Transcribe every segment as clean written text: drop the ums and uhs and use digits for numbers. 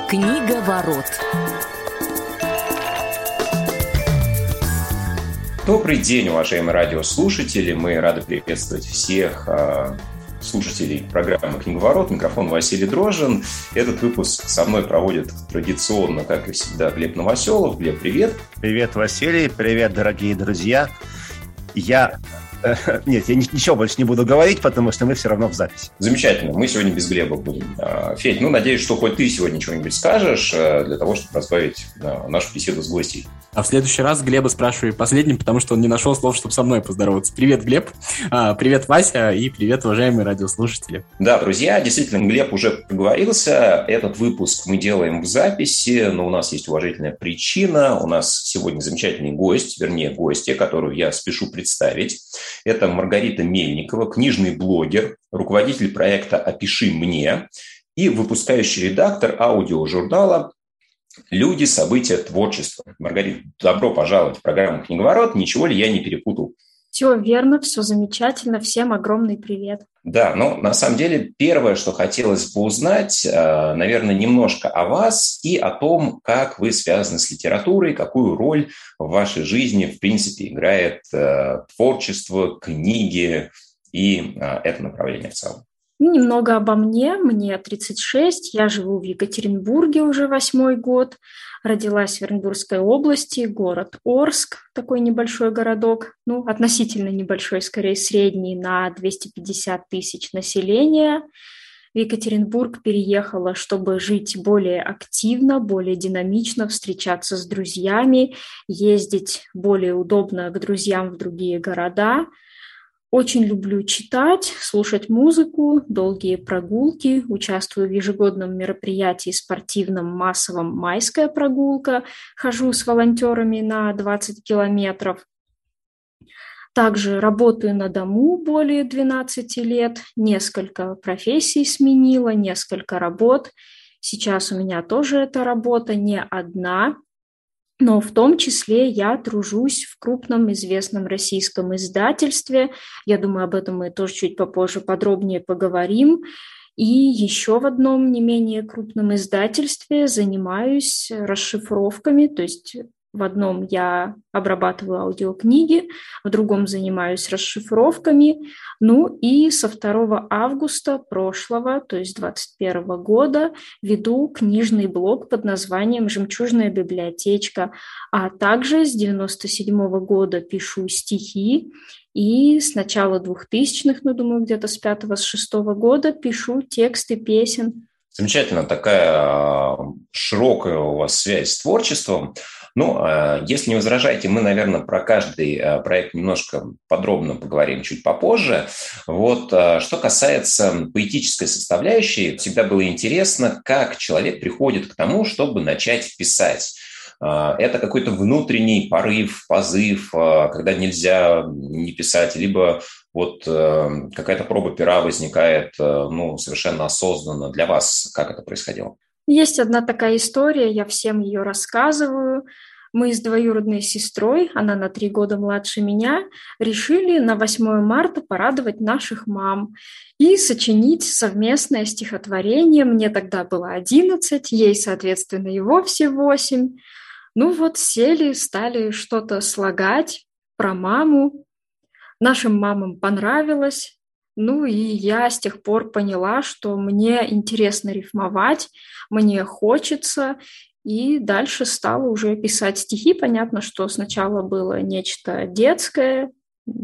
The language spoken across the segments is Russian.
Книга ворот. Добрый день, уважаемые радиослушатели. Мы рады приветствовать всех слушателей программы «Книговорот». Микрофон Василий Дрожжин. Этот выпуск со мной проводит традиционно, как и всегда, Глеб Новоселов. Глеб, привет. Привет, Василий. Привет, дорогие друзья. Я ничего больше не буду говорить, потому что мы все равно в записи. Замечательно. Мы сегодня без Глеба будем. Федь, надеюсь, что хоть ты сегодня что-нибудь скажешь для того, чтобы разбавить нашу беседу с гостей. А в следующий раз Глеба спрашиваю последним, потому что он не нашел слов, чтобы со мной поздороваться. Привет, Глеб. Привет, Вася. И привет, уважаемые радиослушатели. Да, друзья, действительно, Глеб уже проговорился. Этот выпуск мы делаем в записи, но у нас есть уважительная причина. У нас сегодня замечательный гость, вернее, гостья, которую я спешу представить. Это Маргарита Мельникова, книжный блогер, руководитель проекта «Опиши мне» и выпускающий редактор аудиожурнала «Люди, события, творчество». Маргарита, добро пожаловать в программу «Книговорот». Ничего ли я не перепутал? Все верно, все замечательно. Всем огромный привет. Да, на самом деле первое, что хотелось бы узнать, наверное, немножко о вас и о том, как вы связаны с литературой, какую роль в вашей жизни, в принципе, играет творчество, книги и это направление в целом. Немного обо мне. Мне 36, я живу в Екатеринбурге уже 8-й год. Родилась в Оренбургской области, город Орск, такой небольшой городок, относительно небольшой, скорее средний, на 250 тысяч населения. В Екатеринбург переехала, чтобы жить более активно, более динамично, встречаться с друзьями, ездить более удобно к друзьям в другие города. Очень люблю читать, слушать музыку, долгие прогулки. Участвую в ежегодном мероприятии спортивном массовом «Майская прогулка». Хожу с волонтерами на 20 километров. Также работаю на дому более 12 лет. Несколько профессий сменила, несколько работ. Сейчас у меня тоже эта работа не одна. Но в том числе я тружусь в крупном известном российском издательстве. Я думаю, об этом мы тоже чуть попозже подробнее поговорим. И еще в одном не менее крупном издательстве занимаюсь расшифровками, то есть в одном я обрабатываю аудиокниги, в другом занимаюсь расшифровками. И со 2 августа прошлого, то есть 2021 года, веду книжный блог под названием «Жемчужная библиотечка», а также с 1997 года пишу стихи. И с начала 2000-х, думаю, где-то с 5-6 года пишу тексты песен. Замечательно, такая широкая у вас связь с творчеством. Если не возражаете, мы, наверное, про каждый проект немножко подробно поговорим чуть попозже. Что касается поэтической составляющей, всегда было интересно, как человек приходит к тому, чтобы начать писать. Это какой-то внутренний порыв, позыв, когда нельзя не писать, либо какая-то проба пера возникает совершенно осознанно. Для вас как это происходило? Есть одна такая история, я всем ее рассказываю. Мы с двоюродной сестрой, она на 3 года младше меня, решили на 8 марта порадовать наших мам и сочинить совместное стихотворение. Мне тогда было 11, ей, соответственно, и вовсе 8. Сели, стали что-то слагать про маму. Нашим мамам понравилось. И я с тех пор поняла, что мне интересно рифмовать, мне хочется. И дальше стала уже писать стихи. Понятно, что сначала было нечто детское.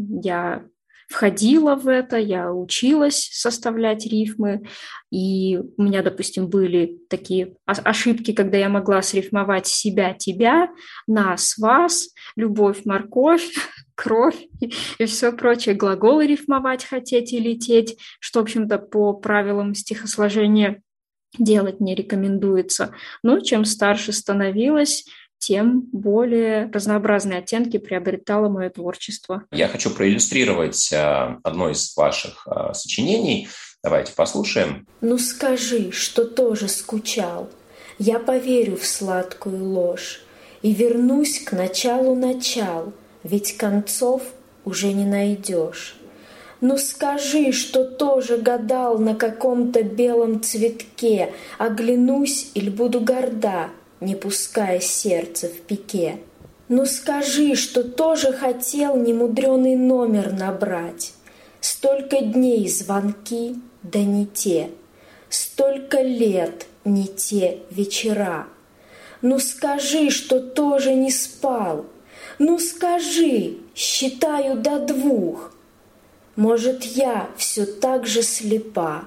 Я входила в это, я училась составлять рифмы. И у меня, допустим, были такие ошибки, когда я могла срифмовать себя, тебя, нас, вас, любовь, морковь, кровь и все прочее. Глаголы рифмовать, хотеть и лететь, что, в общем-то, по правилам стихосложения делать не рекомендуется. Но чем старше становилась, тем более разнообразные оттенки приобретало мое творчество. Я хочу проиллюстрировать одно из ваших сочинений. Давайте послушаем. Скажи, что тоже скучал. Я поверю в сладкую ложь и вернусь к началу начал, ведь концов уже не найдешь. Ну скажи, что тоже гадал на каком-то белом цветке, оглянусь или буду горда, не пуская сердце в пике. Ну скажи, что тоже хотел немудрёный номер набрать. Столько дней звонки, да не те, столько лет не те вечера. Ну скажи, что тоже не спал. Ну скажи, считаю до 2. Может, я все так же слепа.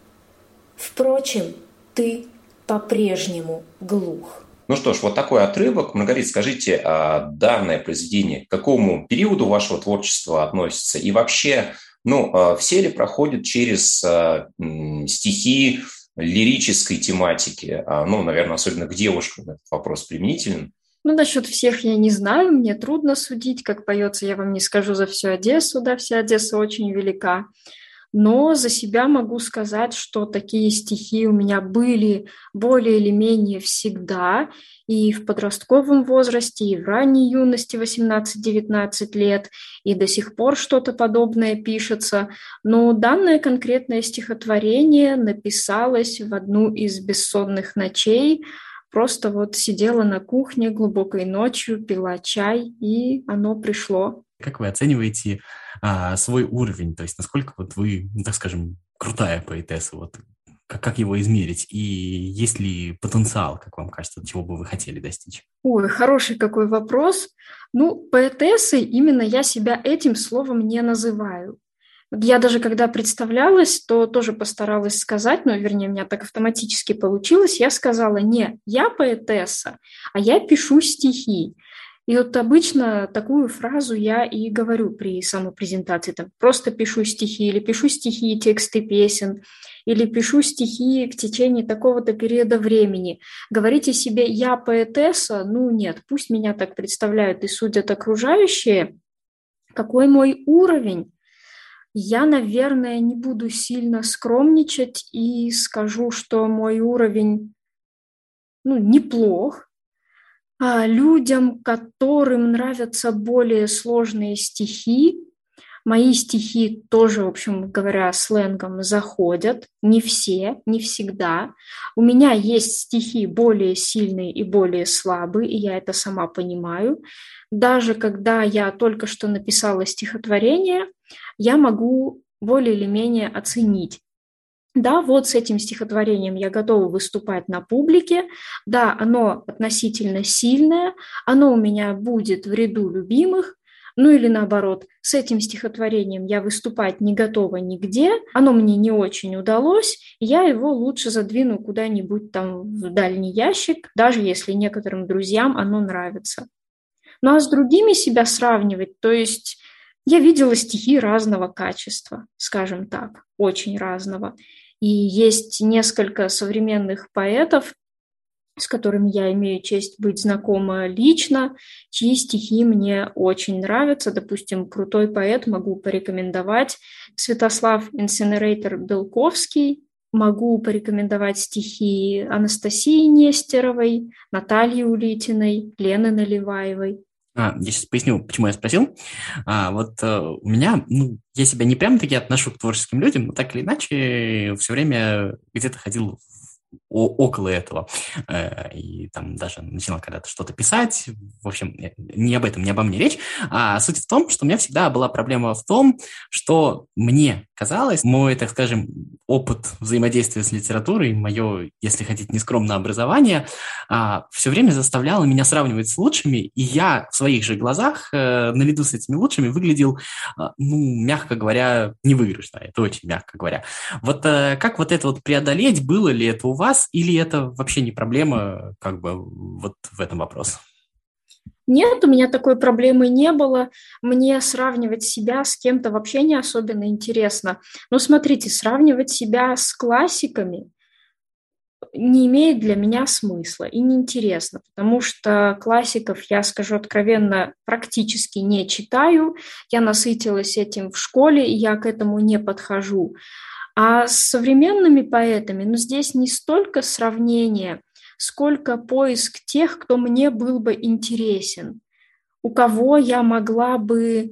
Впрочем, ты по-прежнему глух. Ну что ж, вот такой отрывок. Маргарита, скажите, данное произведение к какому периоду вашего творчества относится? И вообще, все ли проходят через стихи лирической тематики? Наверное, особенно к девушкам этот вопрос применителен. Насчет всех я не знаю, мне трудно судить, как поется, я вам не скажу за всю Одессу, да, вся Одесса очень велика. Но за себя могу сказать, что такие стихи у меня были более или менее всегда, и в подростковом возрасте, и в ранней юности 18-19 лет, и до сих пор что-то подобное пишется. Но данное конкретное стихотворение написалось в одну из бессонных ночей. Просто сидела на кухне глубокой ночью, пила чай, и оно пришло. Как вы оцениваете свой уровень? То есть насколько вы, так скажем, крутая поэтесса? Как его измерить? И есть ли потенциал, как вам кажется, чего бы вы хотели достичь? Ой, хороший какой вопрос. Поэтессой именно я себя этим словом не называю. Я даже когда представлялась, то тоже постаралась сказать, вернее, у меня так автоматически получилось, я сказала, не, я поэтесса, а я пишу стихи. И обычно такую фразу я и говорю при самопрезентации, просто пишу стихи, или пишу стихи и тексты песен, или пишу стихи в течение такого-то периода времени. Говорите себе «я поэтесса», нет, пусть меня так представляют и судят окружающие. Какой мой уровень? Я, наверное, не буду сильно скромничать и скажу, что мой уровень, неплох. А людям, которым нравятся более сложные стихи, мои стихи тоже, в общем говоря, сленгом заходят. Не все, не всегда. У меня есть стихи более сильные и более слабые, и я это сама понимаю. Даже когда я только что написала стихотворение, я могу более или менее оценить. Да, с этим стихотворением я готова выступать на публике. Да, оно относительно сильное, оно у меня будет в ряду любимых. Или наоборот, с этим стихотворением я выступать не готова нигде, оно мне не очень удалось, и я его лучше задвину куда-нибудь в дальний ящик, даже если некоторым друзьям оно нравится. А с другими себя сравнивать, то есть я видела стихи разного качества, скажем так, очень разного. И есть несколько современных поэтов, с которыми я имею честь быть знакома лично, чьи стихи мне очень нравятся. Допустим, крутой поэт могу порекомендовать Святослав Инсинерейтор Белковский, могу порекомендовать стихи Анастасии Нестеровой, Натальи Улитиной, Лены Наливаевой. Я сейчас поясню, почему я спросил. У меня, я себя не прямо-таки отношу к творческим людям, но так или иначе все время где-то ходил около этого. И даже начинал когда-то что-то писать. В общем, не об этом, не обо мне речь. А суть в том, что у меня всегда была проблема в том, что мне казалось, мой, так скажем, опыт взаимодействия с литературой, мое, если хотите, нескромное образование, все время заставляло меня сравнивать с лучшими, и я в своих же глазах, наряду с этими лучшими, выглядел, мягко говоря, невыигрышно. Это очень мягко говоря. Как это преодолеть? Было ли это у вас, или это вообще не проблема, в этом вопрос? Нет, у меня такой проблемы не было. Мне сравнивать себя с кем-то вообще не особенно интересно. Но смотрите, сравнивать себя с классиками не имеет для меня смысла и неинтересно, потому что классиков, я скажу откровенно, практически не читаю. Я насытилась этим в школе, и я к этому не подхожу. А с современными поэтами, здесь не столько сравнение, сколько поиск тех, кто мне был бы интересен, у кого я могла бы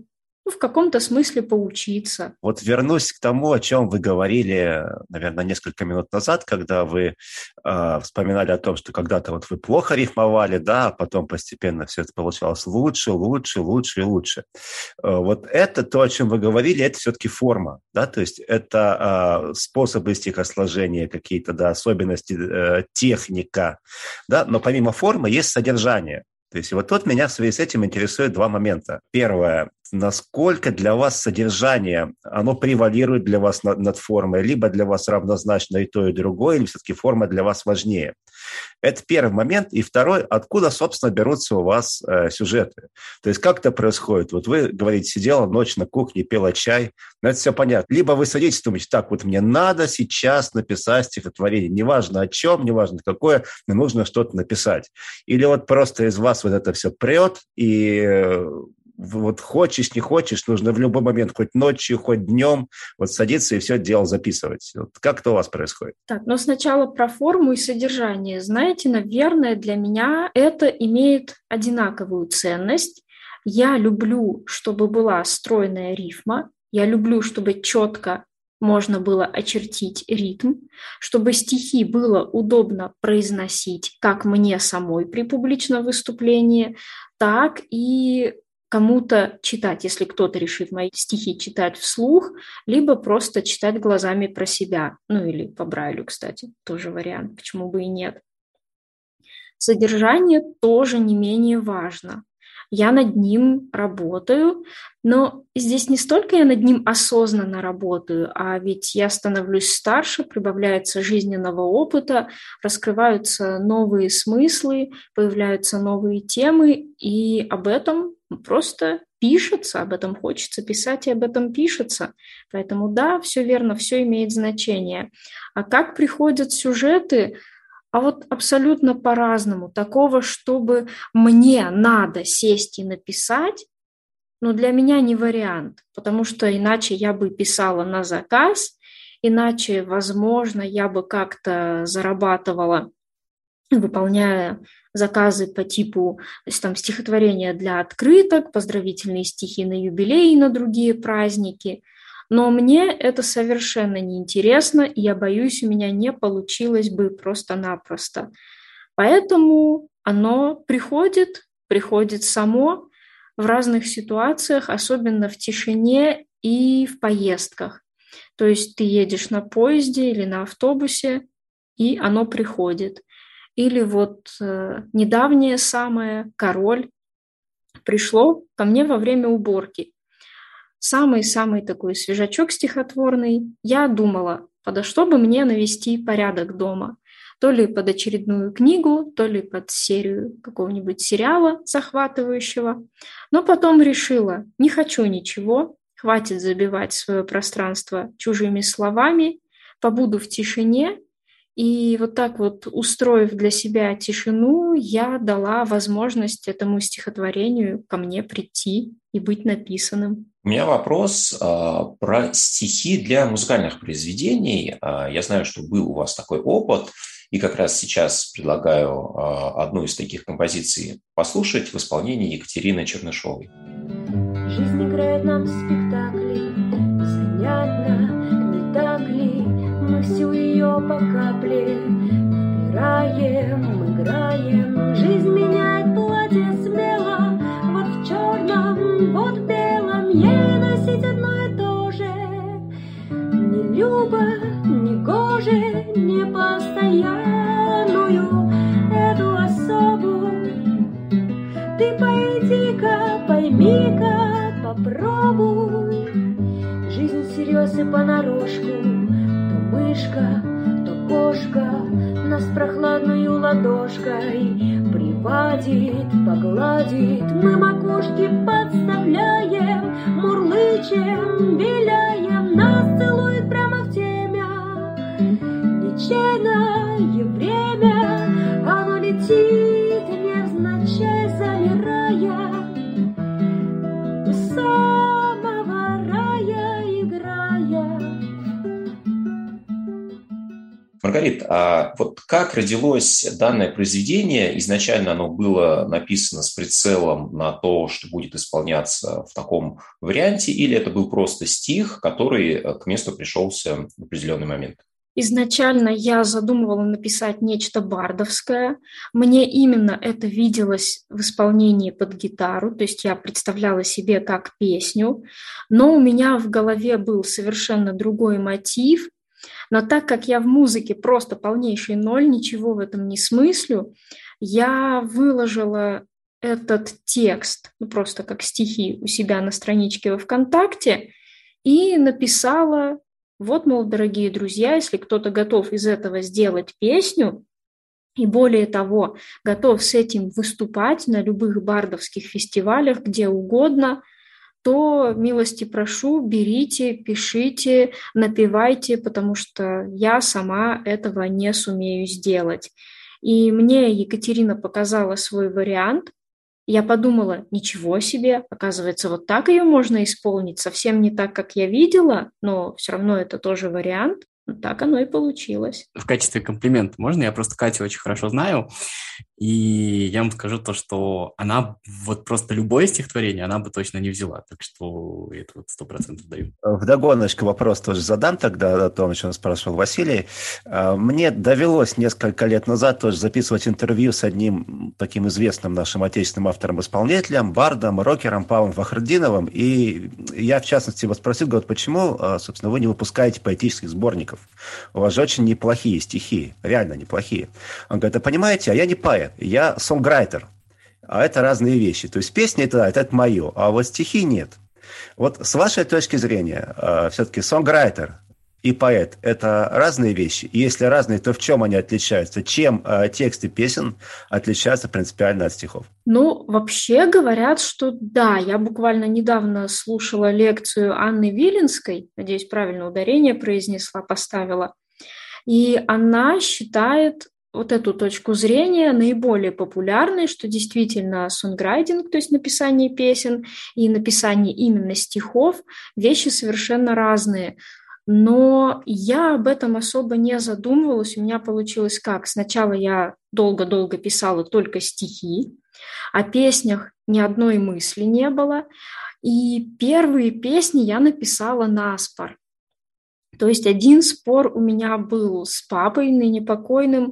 в каком-то смысле поучиться. Вот вернусь к тому, о чем вы говорили, наверное, несколько минут назад, когда вы вспоминали о том, что когда-то вот вы плохо рифмовали, да, а потом постепенно все это получалось лучше, лучше, лучше и лучше. Вот это то, о чем вы говорили, это все-таки форма, да, то есть это способы стихосложения, какие-то, да, особенности, техника, да, но помимо формы есть содержание. То есть вот тут меня в связи с этим интересует два момента. Первое, насколько для вас содержание, оно превалирует для вас над формой, либо для вас равнозначно и то, и другое, или все-таки форма для вас важнее. Это первый момент. И второй, откуда, собственно, берутся у вас сюжеты. То есть как это происходит? Вот вы, говорите, сидела ночь на кухне, пила чай, но это все понятно. Либо вы садитесь и думаете, так, вот мне надо сейчас написать стихотворение, неважно о чем, неважно какое, мне нужно что-то написать. Или вот просто из вас вот это все прет, и вот хочешь, не хочешь, нужно в любой момент, хоть ночью, хоть днем, вот садиться и все это дело записывать. Вот как это у вас происходит? Так, но сначала про форму и содержание. Знаете, наверное, для меня это имеет одинаковую ценность. Я люблю, чтобы была стройная рифма, я люблю, чтобы четко можно было очертить ритм, чтобы стихи было удобно произносить как мне самой при публичном выступлении, так и кому-то читать, если кто-то решит мои стихи читать вслух, либо просто читать глазами про себя. Ну или по Брайлю, кстати, тоже вариант, почему бы и нет. Содержание тоже не менее важно. Я над ним работаю, но здесь не столько я над ним осознанно работаю, а ведь я становлюсь старше, прибавляется жизненного опыта, раскрываются новые смыслы, появляются новые темы, и об этом просто пишется, об этом хочется писать, и об этом пишется. Поэтому да, все верно, все имеет значение. А как приходят сюжеты? А вот абсолютно по-разному. Такого, чтобы мне надо сесть и написать, но для меня не вариант, потому что иначе я бы писала на заказ, иначе, возможно, я бы как-то зарабатывала, выполняя заказы по типу, то есть там стихотворения для открыток, поздравительные стихи на юбилей и на другие праздники. Но мне это совершенно неинтересно, и я боюсь, у меня не получилось бы просто-напросто. Поэтому оно приходит само в разных ситуациях, особенно в тишине и в поездках. То есть ты едешь на поезде или на автобусе, и оно приходит. Или вот недавнее самое «Король» пришло ко мне во время уборки. Самый-самый такой свежачок стихотворный. Я думала, подо что бы мне навести порядок дома. То ли под очередную книгу, то ли под серию какого-нибудь сериала захватывающего. Но потом решила, не хочу ничего, хватит забивать свое пространство чужими словами, побуду в тишине. И вот так вот, устроив для себя тишину, я дала возможность этому стихотворению ко мне прийти и быть написанным. У меня вопрос про стихи для музыкальных произведений. Я знаю, что был у вас такой опыт, и как раз сейчас предлагаю одну из таких композиций послушать в исполнении Екатерины Чернышовой. Жизнь играет нам в спектакле, занятно, не так ли? Мы всю ее по капле вбираем, играем. Жизнь меняет платье смело, вот в черном, вот в белом. Ей носить одно и то же, не любо, не гоже, не постоянную эту особу. Ты пойди-ка, пойми-ка, попробуй. Жизнь всерьез и понарошку, мышка, то кошка нас прохладную ладошкой приводит, погладит. Мы макушки подставляем, мурлычем, виляем. Нас целует прямо в темя. Нечаянное время, оно летит, невзначай замирая. У самого рая играя. Маргарита, а вот как родилось данное произведение? Изначально оно было написано с прицелом на то, что будет исполняться в таком варианте, или это был просто стих, который к месту пришелся в определенный момент? Изначально я задумывала написать нечто бардовское. Мне именно это виделось в исполнении под гитару, то есть я представляла себе как песню, но у меня в голове был совершенно другой мотив. Но так как я в музыке просто полнейший ноль, ничего в этом не смыслю, я выложила этот текст, просто как стихи у себя на страничке во ВКонтакте и написала: вот, мол, дорогие друзья, если кто-то готов из этого сделать песню, и более того, готов с этим выступать на любых бардовских фестивалях, где угодно, то милости прошу, берите, пишите, напевайте, потому что я сама этого не сумею сделать. И мне Екатерина показала свой вариант. Я подумала, ничего себе, оказывается, вот так ее можно исполнить, совсем не так, как я видела, но все равно это тоже вариант. Так оно и получилось. В качестве комплимента можно? Я просто Катю очень хорошо знаю, и я вам скажу то, что она вот просто любое стихотворение она бы точно не взяла, так что это вот 100% даю. Вдогоночку вопрос тоже задам тогда о том, о чем спрашивал Василий. Мне довелось несколько лет назад тоже записывать интервью с одним таким известным нашим отечественным автором-исполнителем, бардом, рокером Павлом Фахрутдиновым, и я, в частности, его спросил, говорю, почему, собственно, вы не выпускаете поэтических сборников? У вас же очень неплохие стихи, реально неплохие. Он говорит, а понимаете, а я не поэт, я сонграйтер, а это разные вещи. То есть песни это мое, а вот стихи нет. Вот с вашей точки зрения, все-таки сонграйтер и поэт – это разные вещи? И если разные, то в чем они отличаются? Чем тексты песен отличаются принципиально от стихов? Ну, вообще говорят, что да. Я буквально недавно слушала лекцию Анны Виленской, надеюсь, правильно ударение произнесла, поставила, и она считает вот эту точку зрения наиболее популярной, что действительно сонграйтинг, то есть написание песен, и написание именно стихов, вещи совершенно разные. Но я об этом особо не задумывалась. У меня получилось как? Сначала я долго-долго писала только стихи, о песнях ни одной мысли не было. И первые песни я написала наспор. То есть один спор у меня был с папой, ныне покойным.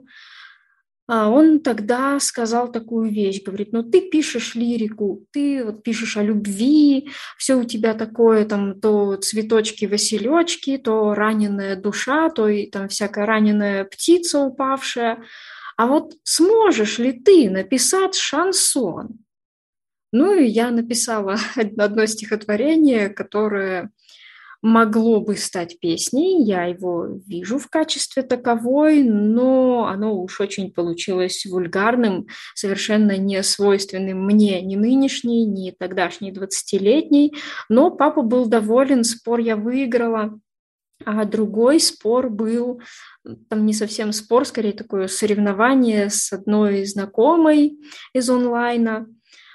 Он тогда сказал такую вещь, говорит, ну ты пишешь лирику, ты вот пишешь о любви, все у тебя такое, там, то цветочки-василечки, то раненая душа, то и там всякая раненая птица упавшая. А вот сможешь ли ты написать шансон? Ну и я написала одно стихотворение, которое могло бы стать песней, я его вижу в качестве таковой, но оно уж очень получилось вульгарным, совершенно не свойственным мне ни нынешней, ни тогдашней 20-летней, но папа был доволен, спор я выиграла. А другой спор был, там не совсем спор, скорее такое соревнование с одной знакомой из онлайна.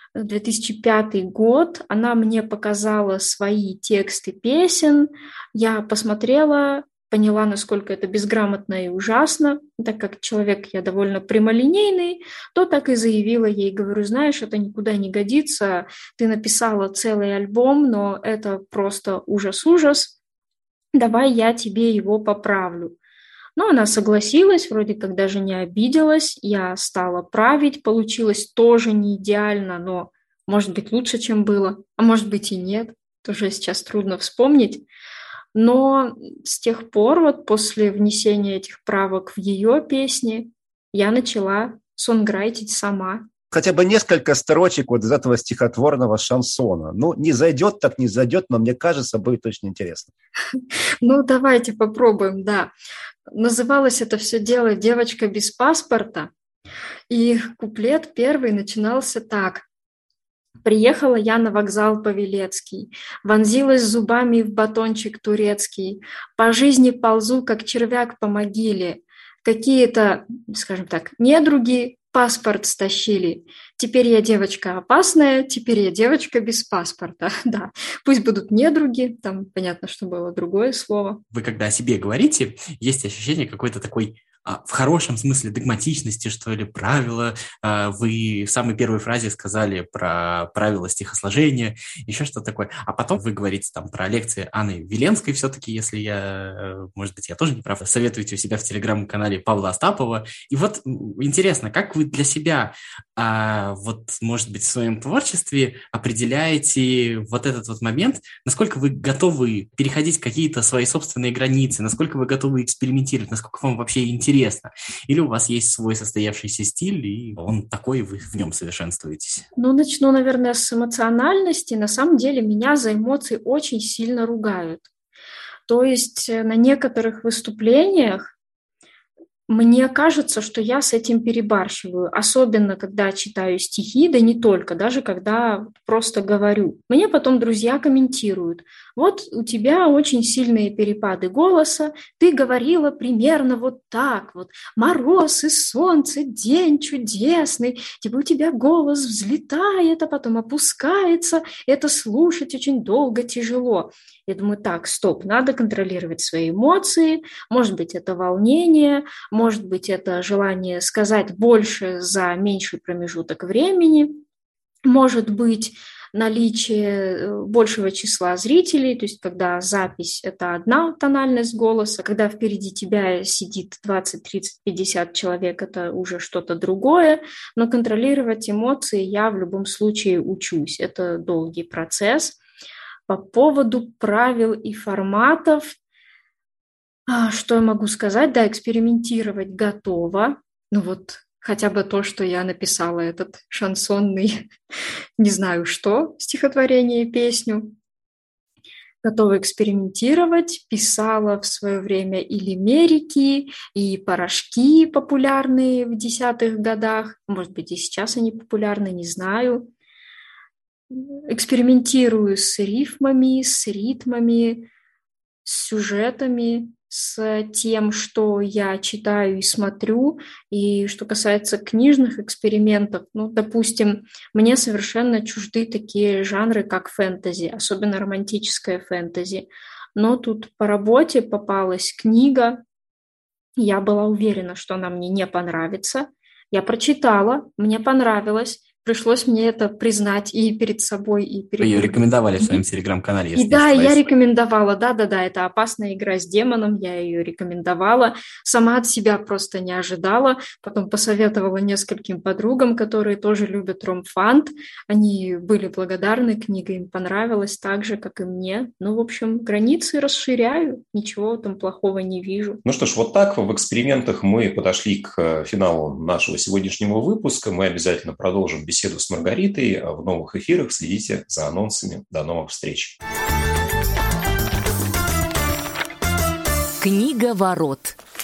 2005 год, она мне показала свои тексты песен, я посмотрела, поняла, насколько это безграмотно и ужасно, так как человек я довольно прямолинейный, то так и заявила ей, говорю, знаешь, это никуда не годится, ты написала целый альбом, но это просто ужас-ужас, давай я тебе его поправлю. Но она согласилась, вроде как даже не обиделась, я стала править, получилось тоже не идеально, но может быть лучше, чем было, а может быть и нет, тоже сейчас трудно вспомнить. Но с тех пор, вот после внесения этих правок в ее песни, я начала сонграйтить сама. Хотя бы несколько строчек вот из этого стихотворного шансона. Ну, не зайдет, так не зайдет, но мне кажется, будет очень интересно. Ну, давайте попробуем, да. Называлось это все дело «Девочка без паспорта», и куплет первый начинался так. Приехала я на вокзал Павелецкий, вонзилась зубами в батончик турецкий, по жизни ползу, как червяк по могиле. Какие-то, скажем так, недруги паспорт стащили. Теперь я девочка опасная, теперь я девочка без паспорта. Да, пусть будут недруги, там понятно, что было другое слово. Вы когда о себе говорите, есть ощущение какой-то такой в хорошем смысле догматичности, что ли, правила. Вы в самой первой фразе сказали про правила стихосложения, еще что-то такое. А потом вы говорите там про лекции Анны Веленской все-таки, если может быть, я тоже не прав, советуете у себя в телеграм-канале Павла Остапова. И вот интересно, как вы для себя, может быть, в своем творчестве определяете вот этот вот момент, насколько вы готовы переходить какие-то свои собственные границы, насколько вы готовы экспериментировать, насколько вам вообще интересно? Или у вас есть свой состоявшийся стиль, и он такой, вы в нем совершенствуетесь? Начну, наверное, с эмоциональности. На самом деле меня за эмоции очень сильно ругают. То есть на некоторых выступлениях мне кажется, что я с этим перебарщиваю, особенно когда читаю стихи, да не только, даже когда просто говорю. Мне потом друзья комментируют: вот у тебя очень сильные перепады голоса, ты говорила примерно вот так вот: мороз и солнце, день чудесный, у тебя голос взлетает, а потом опускается, это слушать очень долго тяжело. Я думаю, так, стоп, надо контролировать свои эмоции, может быть, это волнение, может быть, это желание сказать больше за меньший промежуток времени, может быть, наличие большего числа зрителей, то есть когда запись – это одна тональность голоса, когда впереди тебя сидит 20, 30, 50 человек – это уже что-то другое, но контролировать эмоции я в любом случае учусь, это долгий процесс. По поводу правил и форматов, что я могу сказать? Да, экспериментировать готова. Хотя бы то, что я написала этот шансонный, не знаю что, стихотворение и песню. Готова экспериментировать. Писала в свое время и лимерики, и порошки популярные в 10-х годах. Может быть, и сейчас они популярны, не знаю. Экспериментирую с рифмами, с ритмами, с сюжетами, с тем, что я читаю и смотрю. И что касается книжных экспериментов, допустим, мне совершенно чужды такие жанры, как фэнтези, особенно романтическое фэнтези. Но тут по работе попалась книга, я была уверена, что она мне не понравится. Я прочитала, мне понравилось. Пришлось мне это признать и перед собой, и перед... Вы ее рекомендовали в своем телеграм-канале, если И да, я рекомендовала, да, это «Опасная игра с демоном», я ее рекомендовала, сама от себя просто не ожидала, потом посоветовала нескольким подругам, которые тоже любят ромфант, они были благодарны, книга им понравилась так же, как и мне. В общем, границы расширяю, ничего там плохого не вижу. Ну что ж, вот так в экспериментах мы подошли к финалу нашего сегодняшнего выпуска, мы обязательно продолжим беседу с Маргаритой в новых эфирах. Следите за анонсами. До новых встреч. Книга ворот.